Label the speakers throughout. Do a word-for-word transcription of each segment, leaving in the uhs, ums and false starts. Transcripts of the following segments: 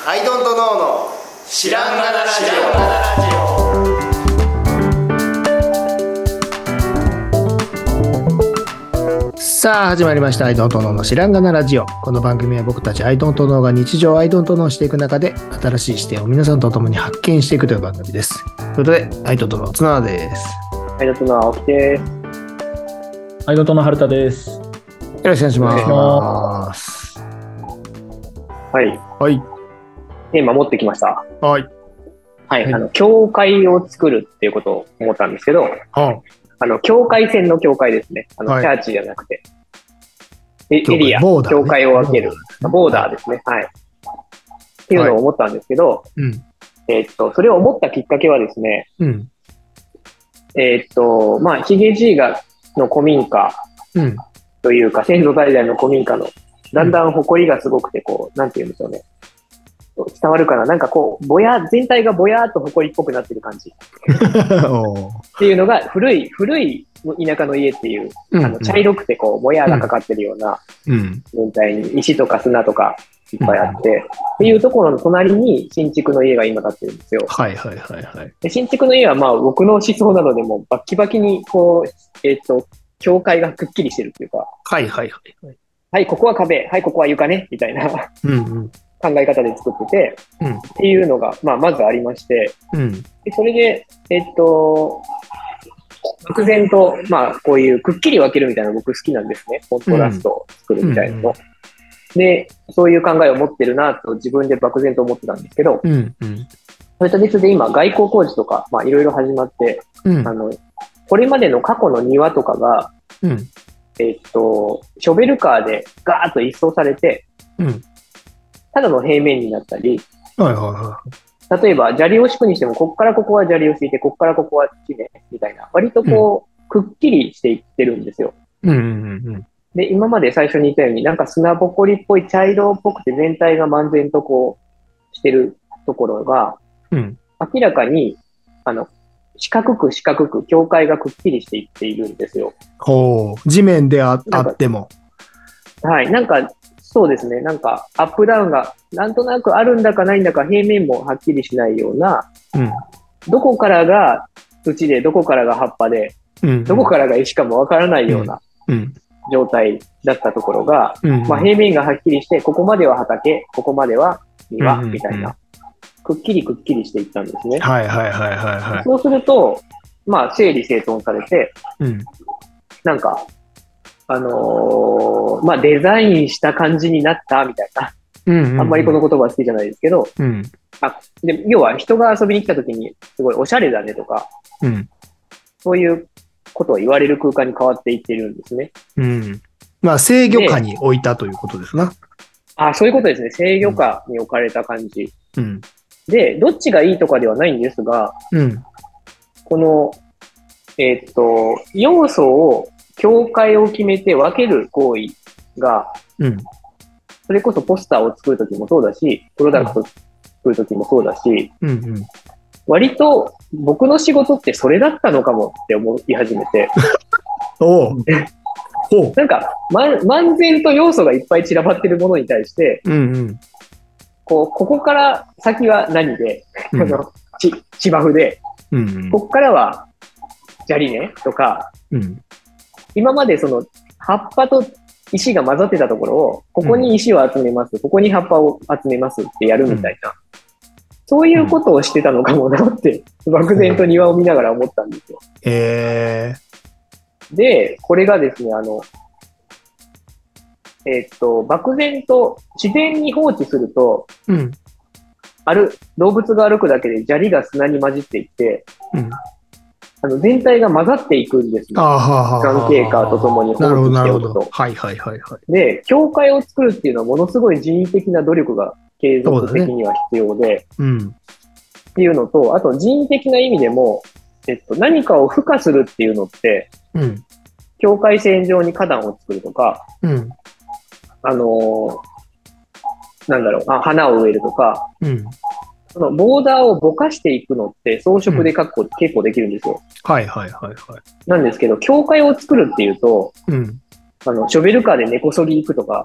Speaker 1: アイドントノーの知らんがなラジオ。さあ始まりましたアイドントノーの知らんがなラジオ。この番組は僕たちアイドントノーが日常をアイドントノーしていく中で新しい視点を皆さんと共に発見していくという番組です。ということでアイドントノー綱田です。
Speaker 2: アイドントノー青木です。
Speaker 3: アイドントノー春田です。よ
Speaker 1: ろしくお願いします。
Speaker 2: はい
Speaker 1: はい
Speaker 2: テーマ持ってきました。
Speaker 1: はい。
Speaker 2: はい。あの、教会を作るっていうことを思ったんですけど、あの、境界線の境界ですね。あの、はい、チャーチじゃなくて、エリア、ね、境界を分ける、ボーダーですね。はい。っていうのを思ったんですけど、はいうん、えー、っと、それを思ったきっかけはですね、うん、えー、っと、まあ、ヒゲじいがの古民家というか、うん、先祖代々の古民家の、だんだん埃がすごくて、こう、なんていうんでしょうね。伝わるかななんかこう、ぼや、全体がぼやーっと埃っぽくなってる感じ。っていうのが、古い、古い田舎の家っていう、うんうん、あの茶色くてこう、ぼやがかかってるような、うん、全体に石とか砂とかいっぱいあって、うん、っていうところの隣に新築の家が今建ってるんですよ。
Speaker 1: はいはいはいはい。
Speaker 2: で新築の家はまあ僕の思想などでもバッキバキにこう、えっと、境界がくっきりしてるっていうか。
Speaker 1: はいはいはい。
Speaker 2: はい、ここは壁、はい、ここは床ね、みたいな。うんうん考え方で作ってて、うん、っていうのが、まあ、まずありまして、うん、でそれで、えっと、漠然と、まあ、こういうくっきり分けるみたいなの僕好きなんですね。コントラストを作るみたいなの、うん。で、そういう考えを持ってるなと自分で漠然と思ってたんですけど、うんうん、それと別で今、外交工事とか、まあ、いろいろ始まって、うん、あの、これまでの過去の庭とかが、うん、えっと、ショベルカーでガーッと一掃されて、うんただの平面になったり、はいはいはい、例えば砂利を敷くにしても、ここからここは砂利を敷いて、ここからここは地ね、みたいな、割とこう、うん、くっきりしていってるんですよ。うんうんうん、で、今まで最初に言ったように、なんか砂ぼこりっぽい茶色っぽくて全体が漫然とこう、してるところが、うん、明らかに、あの、四角く四角く境界がくっきりしていっているんですよ。
Speaker 1: ほう、地面で あ, あっても。
Speaker 2: はい、なんか、そうですね。なんか、アップダウンがなんとなくあるんだかないんだか平面もはっきりしないような、うん、どこからが土で、どこからが葉っぱで、うんうん、どこからが石かもわからないような状態だったところが、うんうんまあ、平面がはっきりして、ここまでは畑、ここまでは庭、みたいな、うんうんうん、くっきりくっきりしていったんですね。
Speaker 1: はいはいはいはい、はい。
Speaker 2: そうすると、まあ、整理整頓されて、うん、なんか、あのー、まあ、デザインした感じになったみたいな。うんうんうん、あんまりこの言葉好きじゃないですけど、うん、あで要は人が遊びに来た時にすごいおしゃれだねとか、うん、そういうことを言われる空間に変わっていってるんですね。
Speaker 1: うん、まあ、制御下に置いたということですな。
Speaker 2: あ、そういうことですね。制御下に置かれた感じ。うん、で、どっちがいいとかではないんですが、うん、この、えーっと、要素を境界を決めて分ける行為が、うん、それこそポスターを作るときもそうだし、プロダクトを作るときもそうだし、うんうん、割と僕の仕事ってそれだったのかもって思い始めて、おうなんか、ま、漫然と要素がいっぱい散らばってるものに対して、うんうん、こうここから先は何で、うん、ち芝生で、うんうん、ここからは砂利ねとか、うん今までその葉っぱと石が混ざってたところを、ここに石を集めます、うん、ここに葉っぱを集めますってやるみたいな、うん、そういうことをしてたのかもなって、うん、漠然と庭を見ながら思ったんですよ。へー。で、これがですね、あの、えー、っと、漠然と自然に放置すると、うん、ある、動物が歩くだけで砂利が砂に混じっていって、うんあの全体が混ざっていくんですよ。眼経過とともに放置しておくと。
Speaker 1: はいはいはいはい。
Speaker 2: で、境界を作るっていうのはものすごい人為的な努力が継続的には必要で、ねうん、っていうのと、あと人為的な意味でも、えっと、何かを付加するっていうのって、うん、境界線上に花壇を作るとか、うん、あのー、なんだろうあ、花を植えるとか、うんそのボーダーをぼかしていくのって装飾でかっこ、うん、結構できるんですよ。
Speaker 1: はいはいはいはい。
Speaker 2: なんですけど、境界を作るっていうと、うん、あのショベルカーで根こそぎ行くとか、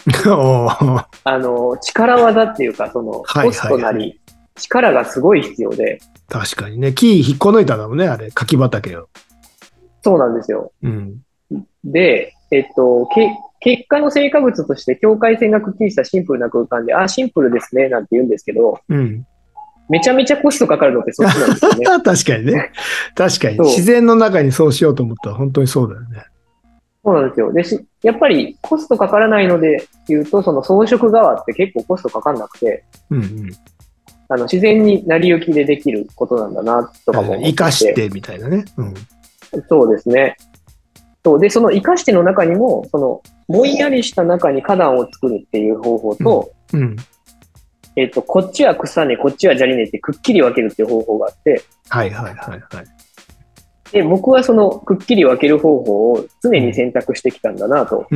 Speaker 2: あの、力技っていうか、その、コストなり、力がすごい必要で。
Speaker 1: 確かにね。木引っこ抜いたんだもんね、あれ。柿畑を。
Speaker 2: そうなんですよ。
Speaker 1: うん。
Speaker 2: で、えっと、け結果の成果物として境界線がくっきりしたシンプルな空間で、あ、シンプルですね、なんて言うんですけど、
Speaker 1: うん。
Speaker 2: めちゃめちゃコストかかるのってそっちなんですよね。
Speaker 1: 確かにね。確かに。自然の中にそうしようと思ったら本当にそうだよね。
Speaker 2: そうなんですよ。でし、やっぱりコストかからないので言うと、その装飾側って結構コストかかんなくて、
Speaker 1: うんうん、
Speaker 2: あの自然に成り行きでできることなんだな、とかも思って。
Speaker 1: 生かしてみたいなね。うん、
Speaker 2: そうですね。そうで、その生かしての中にも、その、ぼんやりした中に花壇を作るっていう方法と、うんうん、えっと、こっちは草根、こっちは砂利根ってくっきり分けるっていう方法があって、
Speaker 1: はいはいはいはい。
Speaker 2: で、僕はそのくっきり分ける方法を常に選択してきたんだなと。
Speaker 1: うん。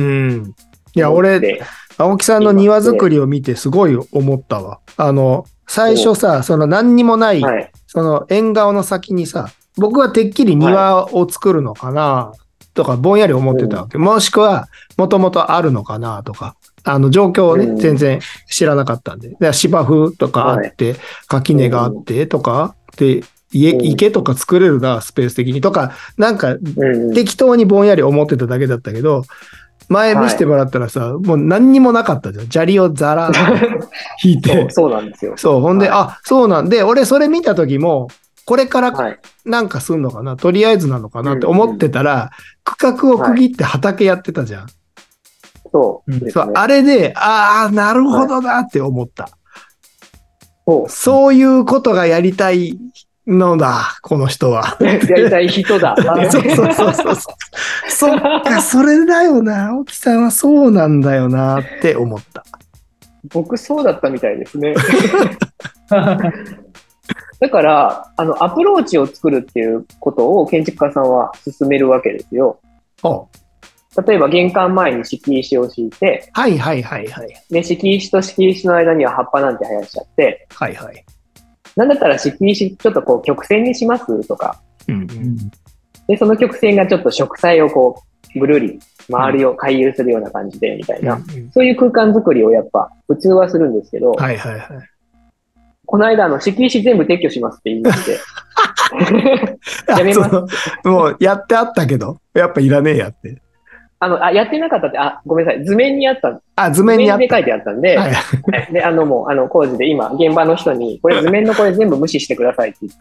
Speaker 1: いや、俺、青木さんの庭作りを見てすごい思ったわ。あの、最初さ、その何にもない、はい、その縁側の先にさ、僕はてっきり庭を作るのかなとか、ぼんやり思ってたわけ。うん、もしくは、もともとあるのかなとか、あの、状況をね、うん、全然知らなかったんで。で芝生とかあって、はい、垣根があってとか、で、家、池とか作れるな、スペース的にとか、なんか、適当にぼんやり思ってただけだったけど、前見せてもらったらさ、はい、もう何にもなかったじゃん。砂利をザラーっ引いて
Speaker 2: そう。そうなんですよ。
Speaker 1: そう。ほんで、はい、あ、そうなんで、俺それ見た時も、これからなんかすんのかな、はい、とりあえずなのかなって思ってたら、うんうん、区画を区切って畑やってたじゃん。はい、
Speaker 2: そうですね、
Speaker 1: そう。あれで、ああ、なるほどなって思った、はい。そういうことがやりたいのだ、この人は。
Speaker 2: やりたい人だ。
Speaker 1: そうそうそうそう。そっか、それだよな。青木さんはそうなんだよなって思った。
Speaker 2: 僕そうだったみたいですね。だから、あの、アプローチを作るっていうことを建築家さんは進めるわけですよ。
Speaker 1: お
Speaker 2: 例えば玄関前に敷石を敷いて、
Speaker 1: はいはいはいはい。
Speaker 2: で、敷石と敷石の間には葉っぱなんて生やしちゃって、
Speaker 1: はいはい。
Speaker 2: なんだったら敷石ちょっとこう曲線にしますとか、
Speaker 1: うんうん、
Speaker 2: で、その曲線がちょっと植栽をこう、ぐるり、周りを回遊するような感じで、みたいな、うんうん、そういう空間作りをやっぱ普通はするんですけど、
Speaker 1: はいはいはい。
Speaker 2: この間、あの、敷石全部撤去しますって言いまして。やめます。
Speaker 1: もうやってあったけど、やっぱいらねえやって。
Speaker 2: あの、あ、やってなかったって、あ、ごめんなさい。図面にあった。
Speaker 1: あ、図面にあった。
Speaker 2: 図面で書いてあったんで、はい、で、あの、もう、あの、工事で今、現場の人に、これ図面のこれ全部無視してくださいって言って、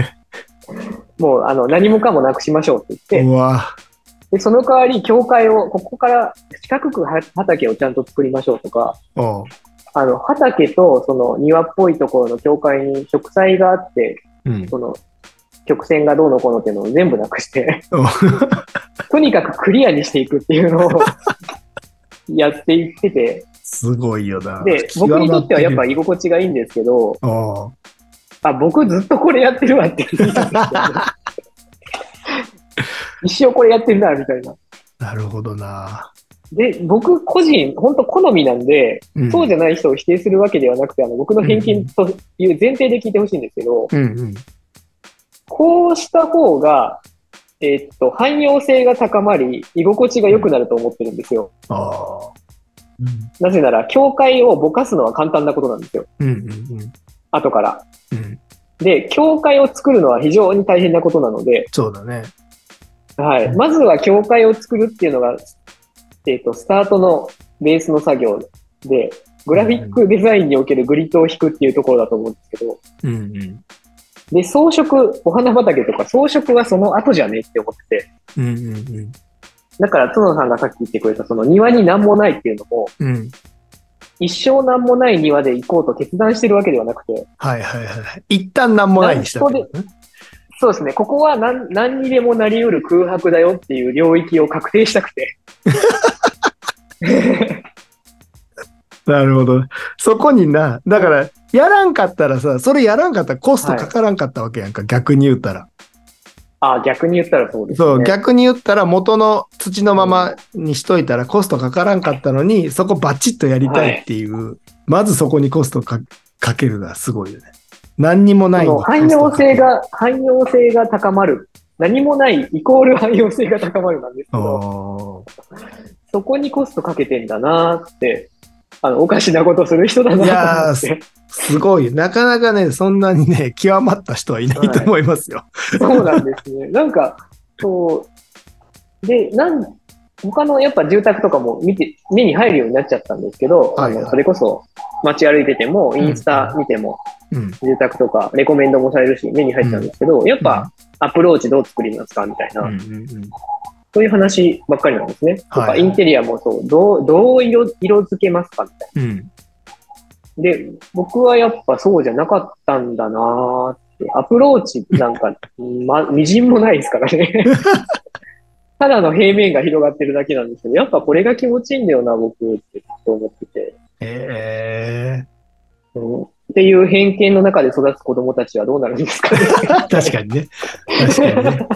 Speaker 2: えー、もう、あの、何もかもなくしましょうって言って、
Speaker 1: うわ
Speaker 2: で、その代わり、境界を、ここから四角く畑をちゃんと作りましょうとか、あの、畑とその庭っぽいところの境界に植栽があって、うん、その、曲線がどうのこうのっていうのを全部なくしてとにかくクリアにしていくっていうのをやっていってて、
Speaker 1: すごいよな。
Speaker 2: で、僕にとってはやっぱ居心地がいいんですけど、あ、僕ずっとこれやってるわって言うんですよ、ね、一生これやってるなみたいな。
Speaker 1: なるほどな。
Speaker 2: で、僕個人、本当好みなんで、うん、そうじゃない人を否定するわけではなくて、あの僕の偏見という前提で聞いてほしいんですけど、
Speaker 1: うんうん、
Speaker 2: こうした方が、えー、っと、汎用性が高まり、居心地が良くなると思ってるんですよ。
Speaker 1: うん、あ
Speaker 2: うん、なぜなら、境界をぼかすのは簡単なことなんですよ。
Speaker 1: うんうんうん、
Speaker 2: 後から、
Speaker 1: うん。
Speaker 2: で、境界を作るのは非常に大変なことなので、
Speaker 1: そうだね。
Speaker 2: はい。うん、まずは境界を作るっていうのが、えー、っと、スタートのベースの作業で、グラフィックデザインにおけるグリッドを引くっていうところだと思うんですけど、
Speaker 1: うんうん
Speaker 2: で、装飾、お花畑とか装飾はその後じゃねって思ってて。
Speaker 1: うんうんうん、
Speaker 2: だから、角野さんがさっき言ってくれた、その庭に何もないっていうのも、
Speaker 1: うん、
Speaker 2: 一生何もない庭で行こうと決断してるわけではなくて。
Speaker 1: はいはいはい。一旦何もないにしたわけ、ね、
Speaker 2: そうですね。ここは何、何にでもなり得る空白だよっていう領域を確定したくて。
Speaker 1: なるほど。そこにな、だから、やらんかったらさ、それやらんかったらコストかからんかったわけやんか、はい、逆に言ったら。
Speaker 2: あ、逆に言ったらそうですね。
Speaker 1: そう、逆に言ったら元の土のままにしといたらコストかからんかったのに、そこバチッとやりたいっていう、はい、まずそこにコストか、かけるのはすごいよね。何にもないに
Speaker 2: 汎用性が、汎用性が高まる。何もないイコール汎用性が高まるなんですけど、そこにコストかけてんだなってあの、おかしなことする人だなと思って。いやー、
Speaker 1: すごい。なかなかね、そんなにね、極まった人はいないと思いますよ。
Speaker 2: はい、そうなんですね。なんか、そう、で、なん、他のやっぱ住宅とかも見て、目に入るようになっちゃったんですけど、はいはい、あのそれこそ街歩いてても、インスタ見ても、うん、住宅とかレコメンドもされるし、目に入っちゃうんですけど、うん、やっぱアプローチどう作りますかみたいな、うんうんうん、そういう話ばっかりなんですね。とか、インテリアもそう、どう、どう色、色付けますかみたいな、うん。で、僕はやっぱそうじゃなかったんだなーって、アプローチなんか、ま、みじんもないですからね。ただの平面が広がってるだけなんですけど、やっぱこれが気持ちいいんだよな、僕って思ってて。
Speaker 1: へ
Speaker 2: ー、うん。っていう偏見の中で育つ子供たちはどうなるんですかね。
Speaker 1: 確かにね。確かにね。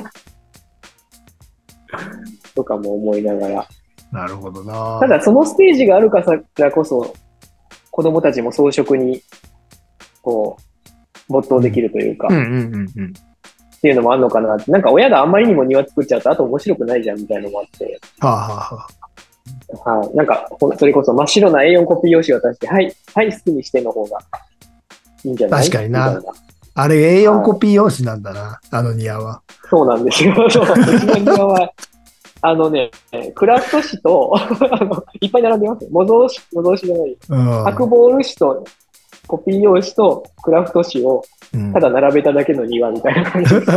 Speaker 2: とかも思いながら。
Speaker 1: なるほどな。
Speaker 2: ただそのステージがあるからこそ、子供たちも装飾に、こう、没頭できるというか。うんうんうんうん。っていうのもあるのかなって。なんか親があんまりにも庭作っちゃうと、あと面白くないじゃんみたいなのもあって。はあはあ、はい。なんか、それこそ真っ白な エーよん コピー用紙を渡して、はい、はい、好きにしての方がいいんじゃない？
Speaker 1: 確かにな。なあれ エーよん コピー用紙なんだな、はい、あの庭は。
Speaker 2: そうなんですよ。そううちの庭は、あのね、クラフト紙とあの、いっぱい並んでますよ。模造紙、模造紙じゃない。白ボール紙とコピー用紙とクラフト紙をただ並べただけの庭みたいな感じです。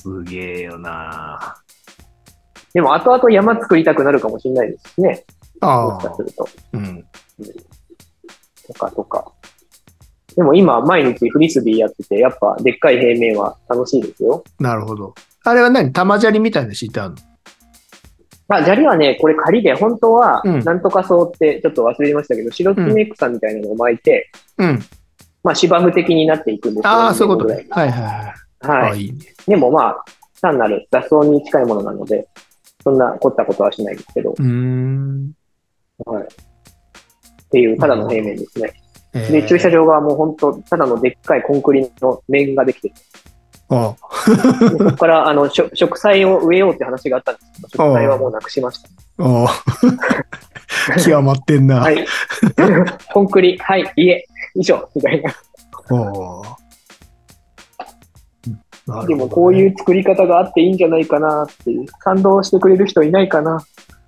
Speaker 1: すげえよな。
Speaker 2: でも後々山作りたくなるかもしれないですしね。
Speaker 1: ああ。
Speaker 2: もしかすると。
Speaker 1: うん。うん、
Speaker 2: とかとか。でも今毎日フリスビーやってて、やっぱでっかい平面は楽しいですよ。
Speaker 1: なるほど。あれは何？玉砂利みたいなの敷いてあるの？
Speaker 2: あ、砂利はね、これ仮で、本当は、なんとかそうってちょっと忘れましたけど、白爪草みたいなのを巻いて、うん。まあ芝生的になっていくんですよ。
Speaker 1: ああ、そういうことね。はいはいはい。
Speaker 2: はい。あ、いいね。でもまあ、単なる雑草に近いものなので、そんな凝ったことはしないですけど。
Speaker 1: うーん。
Speaker 2: はい。っていう、ただの平面ですね。で、駐車場がもう本当、ただのでっかいコンクリの面ができてて。
Speaker 1: ああ
Speaker 2: そこから、あの、植栽を植えようって話があったんですけど、植栽はもうなくしました。
Speaker 1: ああ。極まってんな。
Speaker 2: はい。コンクリ、はい、家、以上、みたいな。
Speaker 1: あ
Speaker 2: あ。でも、こういう作り方があっていいんじゃないかなっていう、感動してくれる人いないかな。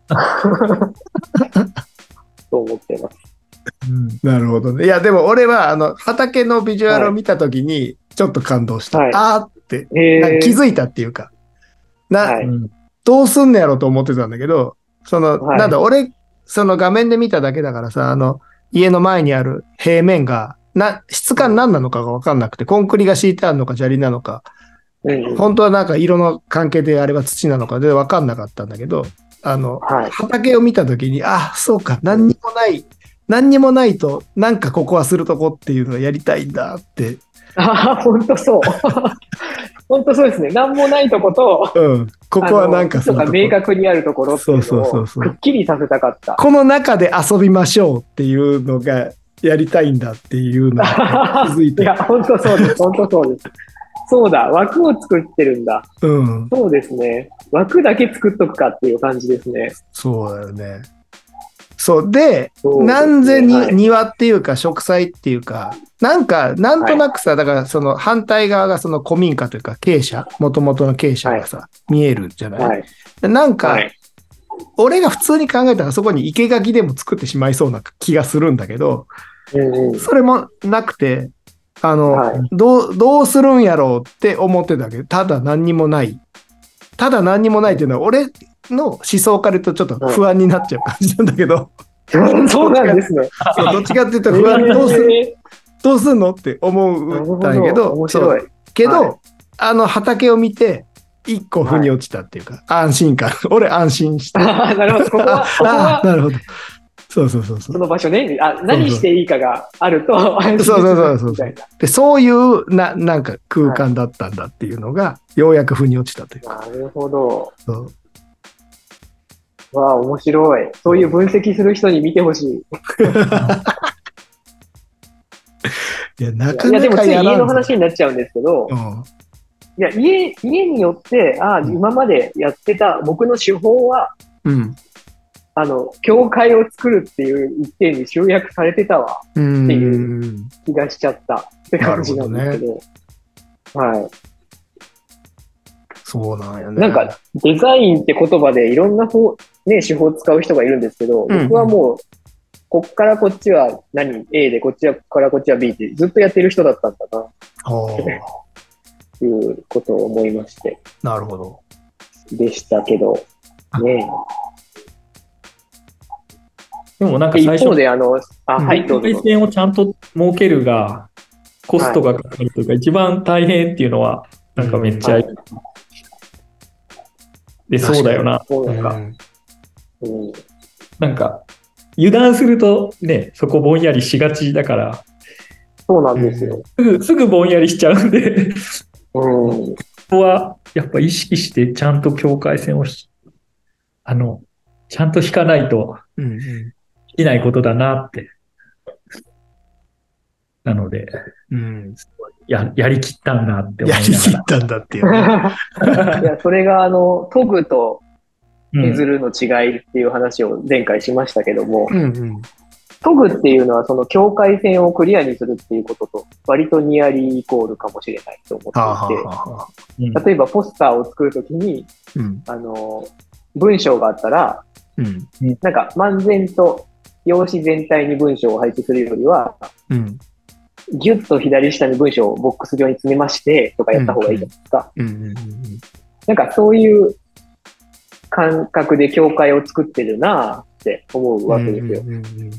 Speaker 2: と思ってます。
Speaker 1: うん、なるほどね。いや、でも俺は、あの、畑のビジュアルを見たときに、ちょっと感動した。はい、あーって、なんか気づいたっていうか、な、はい、どうすんのやろうと思ってたんだけど、その、はい、なんだ、俺、その画面で見ただけだからさ、あの、家の前にある平面が、な、質感何なのかが分かんなくて、コンクリが敷いてあるのか砂利なのか、うん、本当はなんか色の関係であれば土なのかで分かんなかったんだけど、あの、はい、畑を見たときに、あ、そうか、何にもない、何にもないと、なんかここはするとこっていうのをやりたいんだって。
Speaker 2: ああ、ほんとそう。ほんとそうですね。何もないとこと、
Speaker 1: うん、ここはなんかするとこ。
Speaker 2: 明確にあるところっていうのをくっきりさせたかった。
Speaker 1: この中で遊びましょうっていうのがやりたいんだっていうのを気づいて。
Speaker 2: いや、ほんとそうです。ほんとそうです。そうだ、枠を作ってるんだ。
Speaker 1: うん。
Speaker 2: そうですね。枠だけ作っとくかっていう感じですね。
Speaker 1: そうだよね。そうで、なんぜに庭っていうか植栽っていうか、なんか、なんとなくさ、だからその反対側がその古民家というか傾斜、もともとの傾斜がさ、見えるじゃない？なんか、俺が普通に考えたらそこに生垣でも作ってしまいそうな気がするんだけど、それもなくて、あの、どう、どうするんやろうって思ってたけど、ただ何にもない。ただ何にもないっていうのは、俺、の思想から言うとちょっと不安になっちゃう感じなんだけど、
Speaker 2: うん、そうなんですね。
Speaker 1: そうどっちかっていうと不安、どうするどうすんのって思うんだけど、
Speaker 2: 面白い。
Speaker 1: けど、はい、あの畑を見て一個腑に落ちたっていうか、はい、安心感。俺安心した。
Speaker 2: なるほど。ここは、ここは
Speaker 1: なるほど。そうそうそうそう。
Speaker 2: その場所ね、あ、何していいかがあると安心する。
Speaker 1: そうそうそうそう。で、そういうななんか空間だったんだっていうのが、はい、ようやく腑に落ちたというか。
Speaker 2: なるほど。そうわあ、面白い。そういう分析する人に見てほしい。
Speaker 1: いや、なかなか
Speaker 2: いや、でもつい家の話になっちゃうんですけど、うん、いや、家、家によって、ああ、今までやってた僕の手法は、うん、 あの、教会を作るっていう一点に集約されてたわっていう気がしちゃったって感じなんですけど。どね、はい。
Speaker 1: そうなんやね。
Speaker 2: なんか、デザインって言葉でいろんな方、ね、手法を使う人がいるんですけど、うんうん、僕はもう、こっからこっちは何 ?A で、こっちはからこっちは B ってずっとやってる人だったんだな。ということを思いまして。
Speaker 1: なるほど。
Speaker 2: でしたけど、ね。
Speaker 3: でもなんか最初、
Speaker 2: 一方であの、あ、はい、
Speaker 3: どうぞ。境界線をちゃんと設けるが、コストがかかるというか、はい、一番大変っていうのは、なんかめっちゃ、はい、で、そうだよな。
Speaker 2: そうなんか、
Speaker 3: うん、なんか、油断するとね、そこぼんやりしがちだから、
Speaker 2: そうなんですよ。
Speaker 3: すぐ、すぐぼんやりしちゃうんで、うん、
Speaker 2: こ
Speaker 3: こはやっぱ意識してちゃんと境界線をあの、ちゃんと引かないと、うんうん、できないことだなって。なので、うん、や, やりきったんだって思いながら。
Speaker 1: やりきったんだっていう、ね。
Speaker 2: いや、それがあの、研ぐと削るの違いっていう話を前回しましたけども、うんうん、研ぐっていうのはその境界線をクリアにするっていうことと割とニアリーイコールかもしれないと思っていて、はあはあ、例えばポスターを作るときに、うん、あの、文章があったら、うん、なんか漫然と用紙全体に文章を配置するよりは、うん、ギュッと左下に文章をボックス上に詰めましてとかやった方がいいじゃないですか。なんかそういう感覚で境界を作ってるなって思うわけですよ。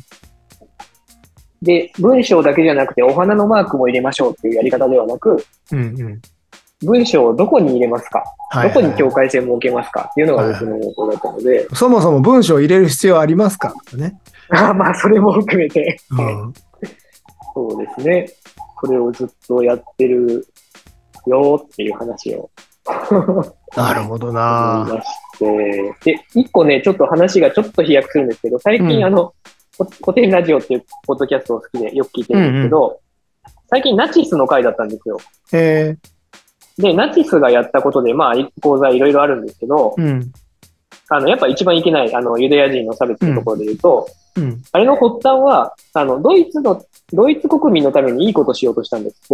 Speaker 2: で、文章だけじゃなくてお花のマークも入れましょうっていうやり方ではなく、うんうん文章をどこに入れますか、はいはいはい、どこに境界線を設けますかっていうのが僕の方向だったので、はいはい、
Speaker 1: そもそも文章を入れる必要ありますかね。
Speaker 2: あまあそれも含めて、うん、そうですね。それをずっとやってるよっていう話を
Speaker 1: なるほどな
Speaker 2: 思いまして、で一個ねちょっと話がちょっと飛躍するんですけど、最近、うん、あの古典ラジオっていうポッドキャストを好きでよく聞いてるんですけど、うんうん、最近ナチスの回だったんですよ。
Speaker 1: へー
Speaker 2: で、ナチスがやったことで、まあ、講座いろいろあるんですけど、うん、あの、やっぱ一番いけない、あの、ユダヤ人の差別のところで言うと、うんうん、あれの発端は、あの、ドイツの、ドイツ国民のためにいいことしようとしたんですって。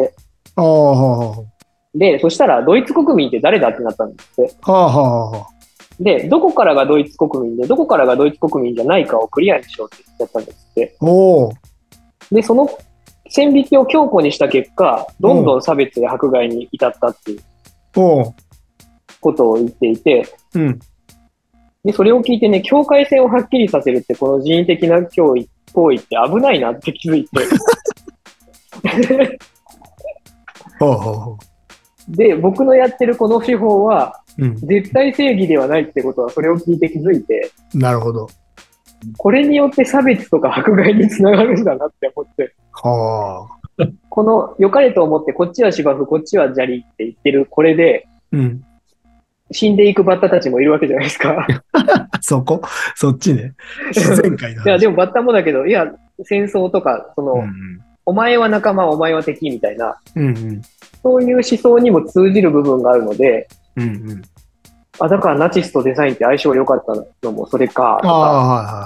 Speaker 2: で、そしたら、ドイツ国民って誰だってなったんですって。で、どこからがドイツ国民で、どこからがドイツ国民じゃないかをクリアにしようってやったんですって。で、その、線引きを強固にした結果、どんどん差別や迫害に至ったっていうことを言っていて、うん、でそれを聞いてね、境界線をはっきりさせるって、この人為的な行為、行為って危ないなって気づいて。で、僕のやってるこの手法は、うん、絶対正義ではないってことは、それを聞いて気づいて、
Speaker 1: なるほど。
Speaker 2: これによって差別とか迫害につながるんだなって思って。はあ、この良かれと思ってこっちは芝生こっちは砂利って言ってるこれで、うん、死んでいくバッタたちもいるわけじゃないですか。
Speaker 1: そこそっちね。自然界の話。
Speaker 2: いやでもバッタもだけど、いや戦争とかその、うんうん、お前は仲間お前は敵みたいな、うんうん、そういう思想にも通じる部分があるので、うんうん、あだからナチスとデザインって相性良かったのもそれかとか、あ、はいはい、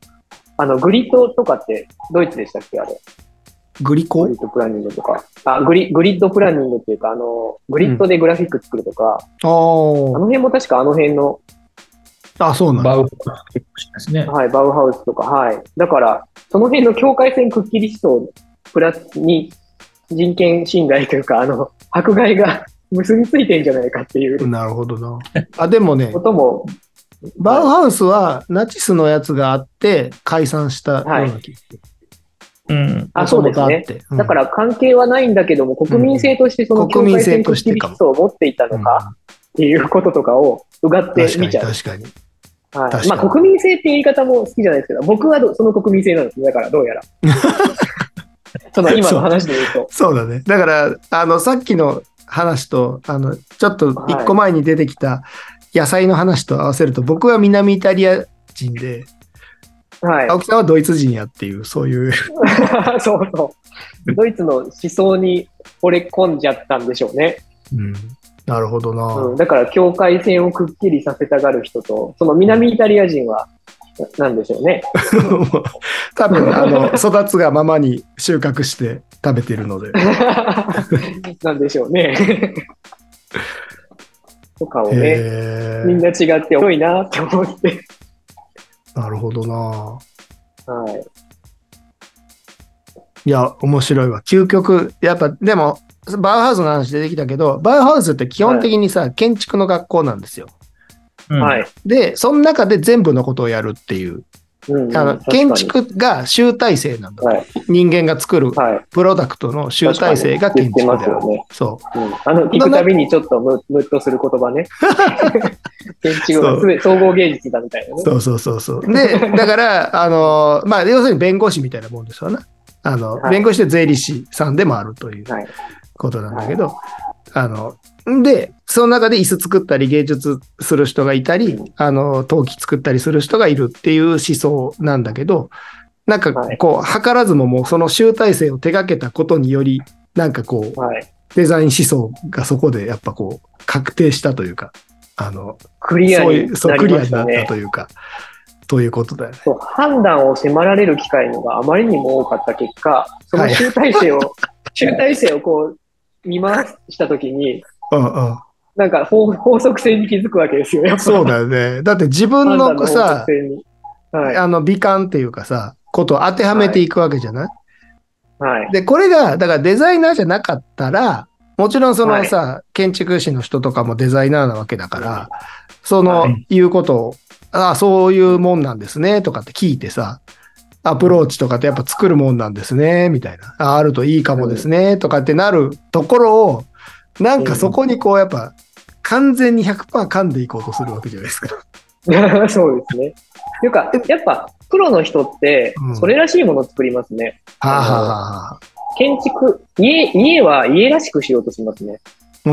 Speaker 2: あのグリッドとかってドイツでしたっけあれ。
Speaker 1: グリコ
Speaker 2: グリッドプランニングとか。あ、グリ、グリッドプランニングっていうか、あの、グリッドでグラフィック作るとか、うん、あの辺も確かあの辺の、
Speaker 1: あ、そうなんだ。
Speaker 3: バウハウスですね。
Speaker 2: はい、バウハウスとか、はい。だから、その辺の境界線くっきりしそう、プラスに人権侵害というか、あの、迫害が結びついてんじゃないかっていう。
Speaker 1: なるほどな。あ、でもね、
Speaker 2: ことも、
Speaker 1: バウハウスはナチスのやつがあって解散したような気がする。
Speaker 2: うん、あ、そうですね、うん。だから関係はないんだけども、国民性としてその境界線くっきりしそうを持っていたのかっていうこととかをうがってみちゃう。
Speaker 1: 確かに。
Speaker 2: はい、確かに。まあ国民性っていう言い方も好きじゃないですけど、僕はその国民性なんですね。だからどうやら。その今の話で言うと。
Speaker 1: そう、そうだね。だからあのさっきの話とあのちょっと一個前に出てきた野菜の話と合わせると、僕は南イタリア人で。はい、青木さんはドイツ人やっていうそういう
Speaker 2: そうそうドイツの思想に惚れ込んじゃったんでしょうね、
Speaker 1: うん、なるほどな、
Speaker 2: うん、だから境界線をくっきりさせたがる人とその南イタリア人はなんでしょうね。
Speaker 1: 多分、あの、育つがままに収穫して食べてるので。
Speaker 2: なんでしょうね。とかをね、みんな違って多いなって思って。
Speaker 1: なるほどな。
Speaker 2: はい。
Speaker 1: いや、面白いわ。究極、やっぱ、でも、バウハウスの話出てきたけど、バウハウスって基本的にさ、はい、建築の学校なんですよ。
Speaker 2: はい。
Speaker 1: で、その中で全部のことをやるっていう。うんうん、あの建築が集大成なんだと、はい、人間が作るプロダクトの集大成が建築である。
Speaker 2: ね、
Speaker 1: そう、
Speaker 2: うん。あの、聞くたびにちょっとムムッとする言葉ね。建築は総合芸術だみたいなね。
Speaker 1: そうそうそうそう。で、だから、あの、まあ、要するに弁護士みたいなもんですよね。あの、はい、弁護士で税理士さんでもあるということなんだけど、はいはい、あの、で、その中で椅子作ったり芸術する人がいたり、あの、陶器作ったりする人がいるっていう思想なんだけど、なんかこう、図らずももうその集大成を手掛けたことにより、なんかこう、はい、デザイン思想がそこでやっぱこう、確定したというか、あの、
Speaker 2: クリアになりましたね。そう、
Speaker 1: クリアになったというか、ということだよね。
Speaker 2: そう、判断を迫られる機会のがあまりにも多かった結果、その集大成を、はい、集大成をこう、見回したときに、
Speaker 1: うんうん、
Speaker 2: なんか法法則性に気づくわけですよ。やっぱ
Speaker 1: そうだよね。だって自分のさ、はい、あの美観っていうかさ、ことを当てはめていくわけじゃない？
Speaker 2: はい。
Speaker 1: で、これが、だからデザイナーじゃなかったら、もちろんそのさ、はい、建築士の人とかもデザイナーなわけだから、はい、その、はい、言うことを、ああ、そういうもんなんですね、とかって聞いてさ、アプローチとかってやっぱ作るもんなんですね、みたいな。あ、あるといいかもですね、とかってなるところを、なんかそこにこうやっぱ完全に ひゃくパーセント 噛んでいこうとするわけじゃないですか。
Speaker 2: そうですね。というか、やっぱプロの人ってそれらしいものを作りますね。
Speaker 1: うん、はあ、はあはあ、
Speaker 2: 建築、家、家は家らしくしようとしますね。
Speaker 1: うん。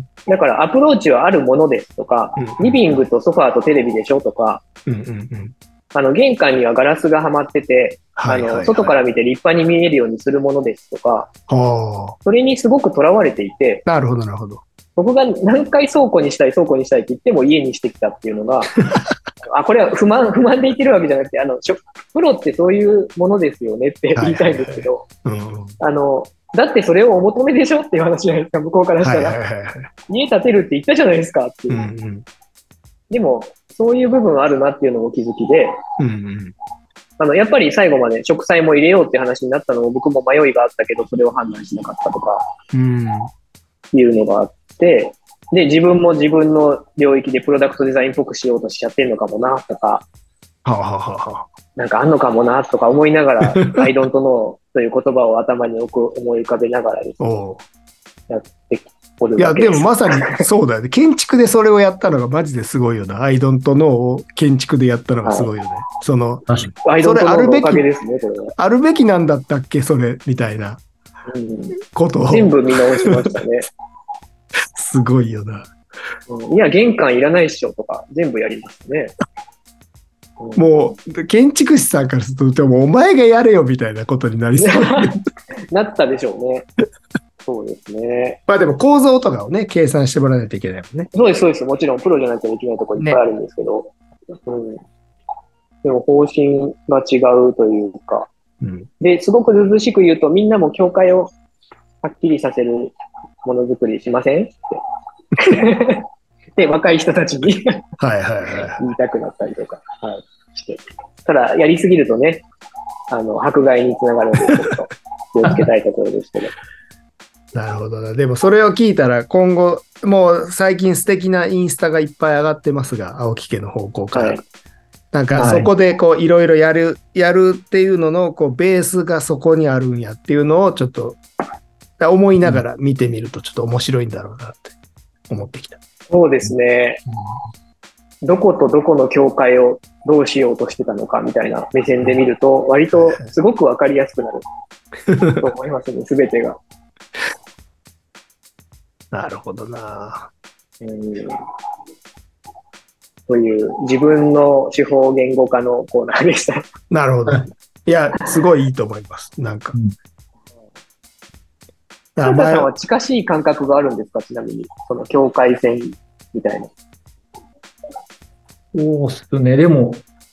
Speaker 2: だからアプローチはあるものですとか、うん、リビングとソファーとテレビでしょとか、
Speaker 1: うんうんうん、
Speaker 2: あの玄関にはガラスがはまってて、
Speaker 1: はいはいはい、
Speaker 2: あの外から見て立派に見えるようにするものですとか、
Speaker 1: はあ、
Speaker 2: それにすごくとらわれていて、
Speaker 1: なるほどなるほど。
Speaker 2: 僕が何回倉庫にしたい倉庫にしたいって言っても家にしてきたっていうのがあ、これは不満不満で言ってるわけじゃなくて、あのプロってそういうものですよねって言いたいんですけど、
Speaker 1: はいはいはい、うん、
Speaker 2: あのだってそれをお求めでしょっていう話じゃないですか、向こうからしたら、はいはいはいはい、家建てるって言ったじゃないですかっていう、うんうん、でもそういう部分あるなっていうのも気づきで、
Speaker 1: うんうん、
Speaker 2: あのやっぱり最後まで植栽も入れようって話になったのも僕も迷いがあったけどそれを判断しなかったとか、
Speaker 1: うん、
Speaker 2: いうのがあって、で自分も自分の領域でプロダクトデザインっぽくしようとしちゃってるのかもなとか、
Speaker 1: はあはあはあ、
Speaker 2: なんかあんのかもなとか思いながらI don't know という言葉を頭に置く思い浮かべながらですね、やっておるわけです。
Speaker 1: いやでもまさにそうだよね。建築でそれをやったのがマジですごいよな。I don't know を建築でやったのがすごいよね。はい、その
Speaker 2: I don't know のおかげですね、これは。
Speaker 1: あるべきなんだったっけそれみたいなことを、うん、
Speaker 2: 全部見直しましたね。
Speaker 1: すごいよな、
Speaker 2: うん。いや玄関いらないっしょとか全部やりますね。
Speaker 1: うん、もう建築士さんからするとでもお前がやれよみたいなことになりそう
Speaker 2: なったでしょうね。そうですね。
Speaker 1: まあでも構造とかをね計算してもらわないといけないもんね。
Speaker 2: そうですそうです。もちろんプロじゃなきゃできないところいっぱいあるんですけど、ね、うん、でも方針が違うというか、うん、ですごくずうずうしく言うとみんなも境界をはっきりさせるものづくりしませんってで若い人たちに
Speaker 1: はいはい、はい、
Speaker 2: 言いたくなったりとか、はい、してただやりすぎるとねあの迫害につながるのでちょっと気をつけたいところですけど
Speaker 1: なるほどな。でもそれを聞いたら今後もう最近素敵なインスタがいっぱい上がってますが青木家の方向から、はい、なんかそこでこういろいろやるやるっていうののこうベースがそこにあるんやっていうのをちょっと思いながら見てみるとちょっと面白いんだろうなって思ってきた。
Speaker 2: そうですね、うん、どことどこの境界をどうしようとしてたのかみたいな目線で見ると割とすごく分かりやすくなると思いますね全てが。
Speaker 1: なるほどな、
Speaker 2: うん、という自分の手法言語化のコーナーでした。
Speaker 1: なるほど。いやすごいいいと思います。なんか、うん
Speaker 2: サンタさんは近しい感覚があるんですか？ちなみにその境界線みたいな。
Speaker 3: そうっすね。でも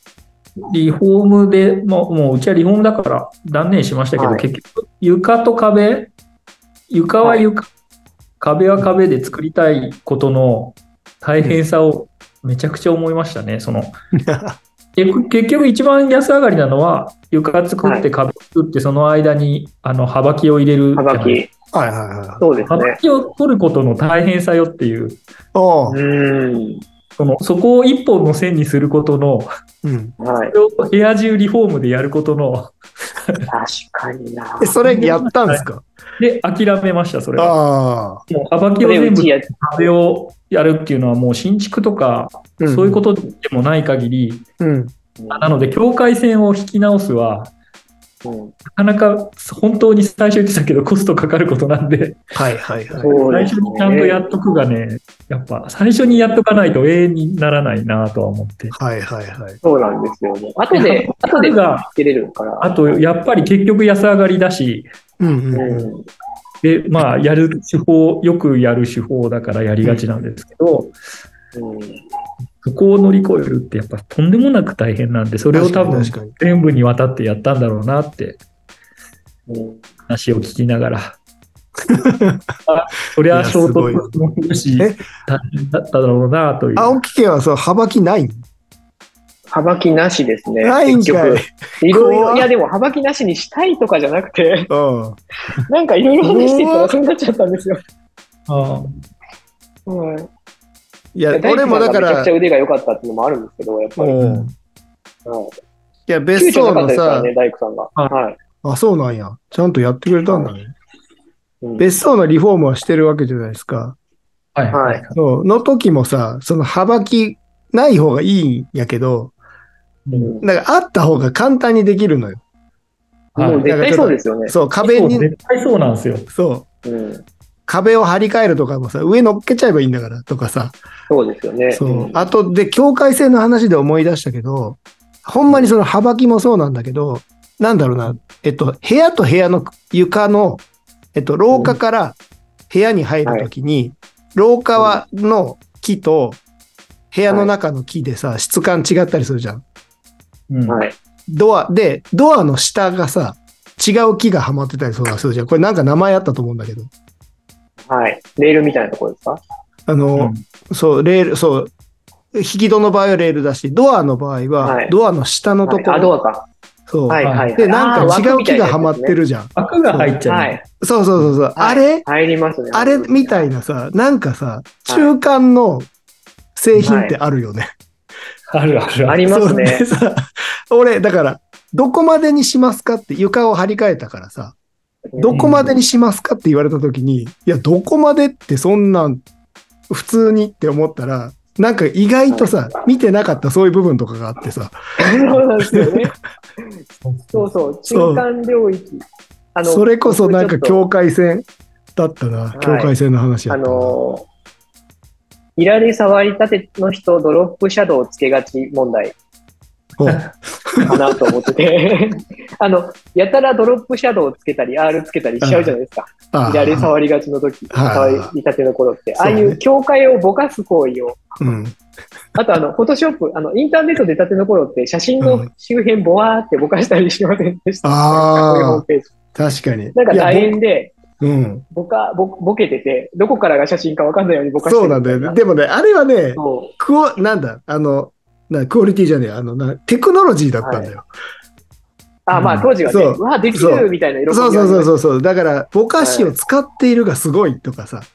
Speaker 3: リフォームで、もう、もううちはリフォームだから断念しましたけど、はい、結局、床と壁、床は床、はい、壁は壁で作りたいことの大変さをめちゃくちゃ思いましたね。その結局一番安上がりなのは床作って壁作ってその間にあの幅木を入れる。
Speaker 2: 幅木。はいはいはい。そうですね。
Speaker 3: 幅木を取ることの大変さよっていう。
Speaker 2: おうん
Speaker 3: そのそこを一本の線にすることの、うんはい、それを部屋中リフォームでやることの
Speaker 2: 確かにな。
Speaker 1: え、それやったんですか？
Speaker 3: で、諦めました、それは。あもう幅木を全部壁をやるっていうのはもう新築とか、うん、そういうことでもない限り、うん、なので境界線を引き直すは、うん、なかなか本当に最初言ってたけどコストかかることなんで、
Speaker 1: はいはいはい、
Speaker 3: 最初にちゃんとやっとくがね、やっぱ最初にやっとかないと永遠にならないなとは思って。
Speaker 1: はいはいはい。
Speaker 2: そうなんですよね。後で、後でがつけれるから。
Speaker 3: あと、やっぱり結局安上がりだし、うんうんうん、で、まあ、やる手法、よくやる手法だからやりがちなんですけど、うんうん、そこを乗り越えるってやっぱとんでもなく大変なんで、それを多分全部にわたってやったんだろうなって話を聞きながら、あそりゃ衝突もいるし大変だっただろうなという。
Speaker 1: 青木家はそう幅木ないの？
Speaker 2: 幅木なしですね。
Speaker 1: ないんかい。
Speaker 2: いろいろ、いやでも幅木なしにしたいとかじゃなくて、うん、なんかいろいろ話していったらそうなっちゃったんですよ。ああはい。いや、俺もだから。めちゃくちゃ腕が良かったっていうのもあるんですけど、やっぱり。うんはい、い
Speaker 1: や、別荘のさ、
Speaker 2: ね、大工さんが。はい。
Speaker 1: あ、そうなんや。ちゃんとやってくれたんだね。はいうん、別荘のリフォームはしてるわけじゃないですか。
Speaker 3: はいはい。
Speaker 1: そうの時もさ、その幅木ない方がいいんやけど、うん、だからあった方が簡単にできるのよ。
Speaker 2: もう絶対そうですよね。
Speaker 1: そう、壁に。
Speaker 3: 絶対そうなんですよ。
Speaker 1: そう。うん壁を張り替えるとかもさ、上乗っけちゃえばいいんだからとかさ。
Speaker 2: そうですよね。
Speaker 1: そう。あとで、境界線の話で思い出したけど、ほんまにその幅木もそうなんだけど、なんだろうな、えっと、部屋と部屋の床の、えっと、廊下から部屋に入るときに、廊下はの木と部屋の中の木でさ、質感違ったりするじゃん。
Speaker 2: うん。はい。
Speaker 1: ドア、で、ドアの下がさ、違う木がはまってたりするじゃん。これなんか名前あったと思うんだけど。
Speaker 2: はい。レールみたいなところですか？
Speaker 1: あの、うん、そう、レール、そう、引き戸の場合はレールだし、ドアの場合は、ドアの下のところ。はい、
Speaker 2: あ、ドアか。
Speaker 1: そう。
Speaker 2: はいはい、
Speaker 1: で、なんか違う木がはまってるじゃん。
Speaker 3: 枠が入っちゃう。はい。
Speaker 1: そうそうそうそう。はい、あれ
Speaker 2: 入りますね。
Speaker 1: あれみたいなさ、なんかさ、中間の製品ってあるよね。
Speaker 3: はい、あるある。
Speaker 2: ありますね。
Speaker 1: でさ、俺、だから、どこまでにしますかって床を張り替えたからさ、どこまでにしますかって言われたときに、いや、どこまでってそんなん普通にって思ったら、なんか意外とさ、見てなかったそういう部分とかがあってさ。
Speaker 2: そうなんですよね。そうそう、中間領域。
Speaker 1: あのそれこそなんか境界線だったな、境界線の話やったな。
Speaker 2: はい、あのー、いられ触りたての人、ドロップシャドウつけがち問題。かなと思っててあのやたらドロップシャドウをつけたり アール つけたりしちゃうじゃないですか。いられ触りがちの時、触りたての頃って、ああいう境界をぼかす行為を、うん、あとあのフォトショップ、あのインターネット出たての頃って写真の周辺ぼわーってぼかしたりしませんでした、ね、
Speaker 1: ああ、確かに。
Speaker 2: なんか楕円でうん、ぼかぼぼけてて、どこからが写真か分かんないようにぼかしてる。
Speaker 1: そうなんだよね。でもね、あれはね、クオなんだあのなクオリティじゃねえ、あのなテクノロジーだったんだよ。
Speaker 2: はい、あ、まあ当時はね、うん、うわできるみたいな色。
Speaker 1: そうそうそうそうそう。だからぼかしを使っているがすごいとかさ、はい、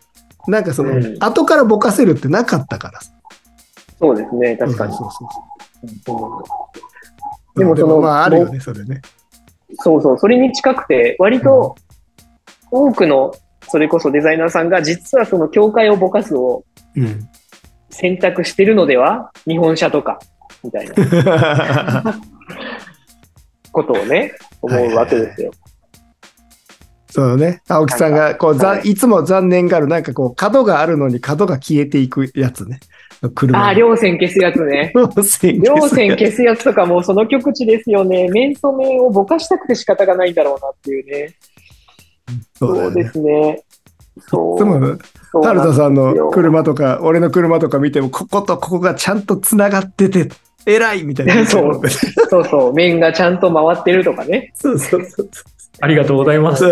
Speaker 1: なんかその、うん、後からぼかせるってなかったからさ。
Speaker 2: そうですね、確かに。そうそうそうそう。でもその、
Speaker 1: まああるよねそれね。
Speaker 2: そうそう、それに近くて割と多くのそれこそデザイナーさんが実はその境界をぼかすを、うん選択してるのでは日本車とかみたいなことをね思うわけですよ。
Speaker 1: そうね、青木さんがこう、はい、いつも残念があるなんかこう角があるのに角が消えていくやつね。
Speaker 2: 車あ、両線消すやつね。両線消すやつとかもその極致ですよね。面と面をぼかしたくて仕方がないんだろうなっていうね。そうだね、そうですね。
Speaker 1: そう。春田さんの車とか俺の車とか見てもこことここがちゃんとつながってて偉いみたいな。
Speaker 2: そう。そうそう。面がちゃんと回ってるとかね。
Speaker 1: そうそうそう。
Speaker 3: ありがとうございます。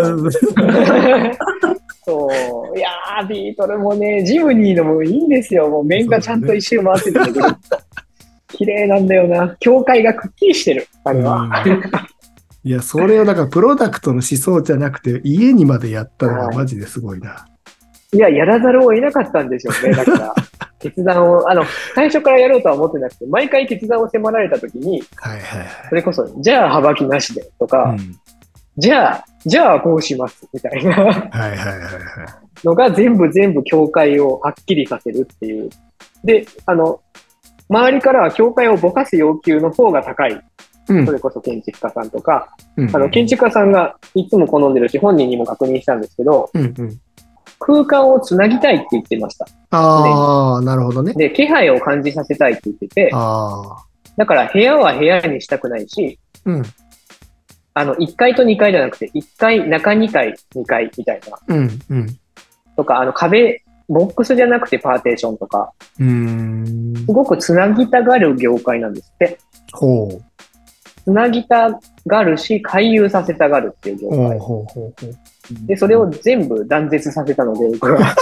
Speaker 2: そう。いやー、ビートルもね、ジムニーのもいいんですよ。もう面がちゃんと一周回ってて、ね、綺麗なんだよな。境界がくっきりしてる。あれは。
Speaker 1: いや、それをだからプロダクトの思想じゃなくて、家にまでやったのがマジですごいな。
Speaker 2: いや、やらざるを得なかったんでしょうね。だから、決断を、あの、最初からやろうとは思ってなくて、毎回決断を迫られたときに、
Speaker 1: はいはいはい、
Speaker 2: それこそ、じゃあ、幅きなしでとか、うん、じゃあ、じゃあ、こうします、みたいな。はいはいはいはい。のが全部全部境界をはっきりさせるっていう。で、あの、周りからは境界をぼかす要求の方が高い。うん、それこそ建築家さんとか、うんうん、あの、建築家さんがいつも好んでるし、本人にも確認したんですけど、うんうん、空間をつなぎたいって言ってました。
Speaker 1: ああ、なるほどね。
Speaker 2: で、気配を感じさせたいって言ってて、あだから部屋は部屋にしたくないし、うん、あの、いっかいとにかいじゃなくて、いっかい、中にかい、にかいみたいな。うんうん、とか、あの、壁、ボックスじゃなくてパーテーションとか、うーんすごくつなぎたがる業界なんですって。ほう。つなぎたがるし、回遊させたがるっていう業界。ほうほうほうほう。で、それを全部断絶させたので、僕は。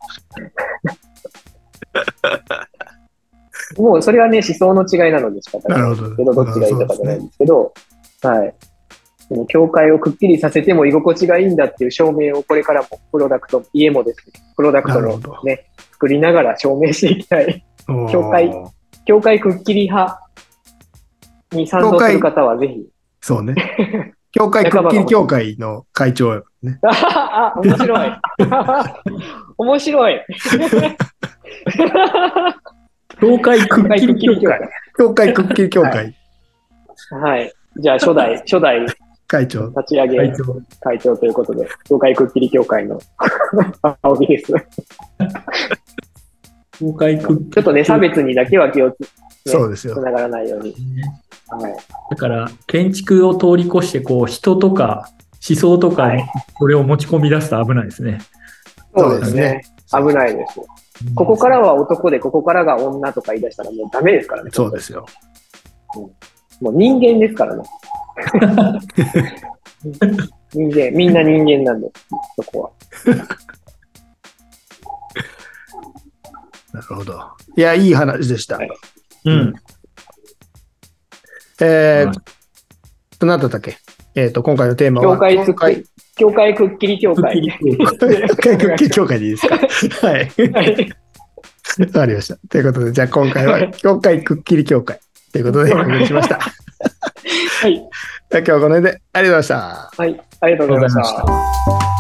Speaker 2: もうそれはね、思想の違いなので仕方ないんですけど、どっちがいいとかじゃないんですけど、はい。でも境界をくっきりさせても居心地がいいんだっていう証明をこれからもプロダクト、家もですね、プロダクトのね、作りながら証明していきたい。境界、境界くっきり派に賛同する方はぜひ。
Speaker 1: そうね。協会くっきり協会の会長ね。
Speaker 2: あ、面白い。面白い。
Speaker 3: 協会くっきり協会。
Speaker 1: 協会くっきり協会。
Speaker 2: はい。じゃあ初代、初代
Speaker 1: 会長。
Speaker 2: 立ち上げ会長、会長ということで、協会くっきり協会の青木です。
Speaker 3: 協会くっきり。
Speaker 2: ちょっとね、差別にだけは気をつけて、
Speaker 1: そうですよ。
Speaker 2: つながらないように。
Speaker 3: はい、だから建築を通り越してこう人とか思想とかこれを持ち込み出すと危ないですね。
Speaker 2: そうですね。危ないです。ここからは男でここからが女とか言い出したらもうダメですからね。
Speaker 1: そうですよ。
Speaker 2: うん、もう人間ですからね。人間、みんな人間なんで、そこは。
Speaker 1: なるほど。いや、いい話でした。はい、
Speaker 3: うん。
Speaker 1: えー、と、何だったっけ？えっと、今回のテーマは。
Speaker 2: 教会くっきり、教会くっきり教会。
Speaker 1: 教会くっきり教会でいいですか？はい。はい。わかりました。ということで、じゃあ今回は、教会くっきり教会ということでお送りしました。
Speaker 2: はい。
Speaker 1: 今日はこの辺でありがとうございました。
Speaker 2: はい。ありがとうございました。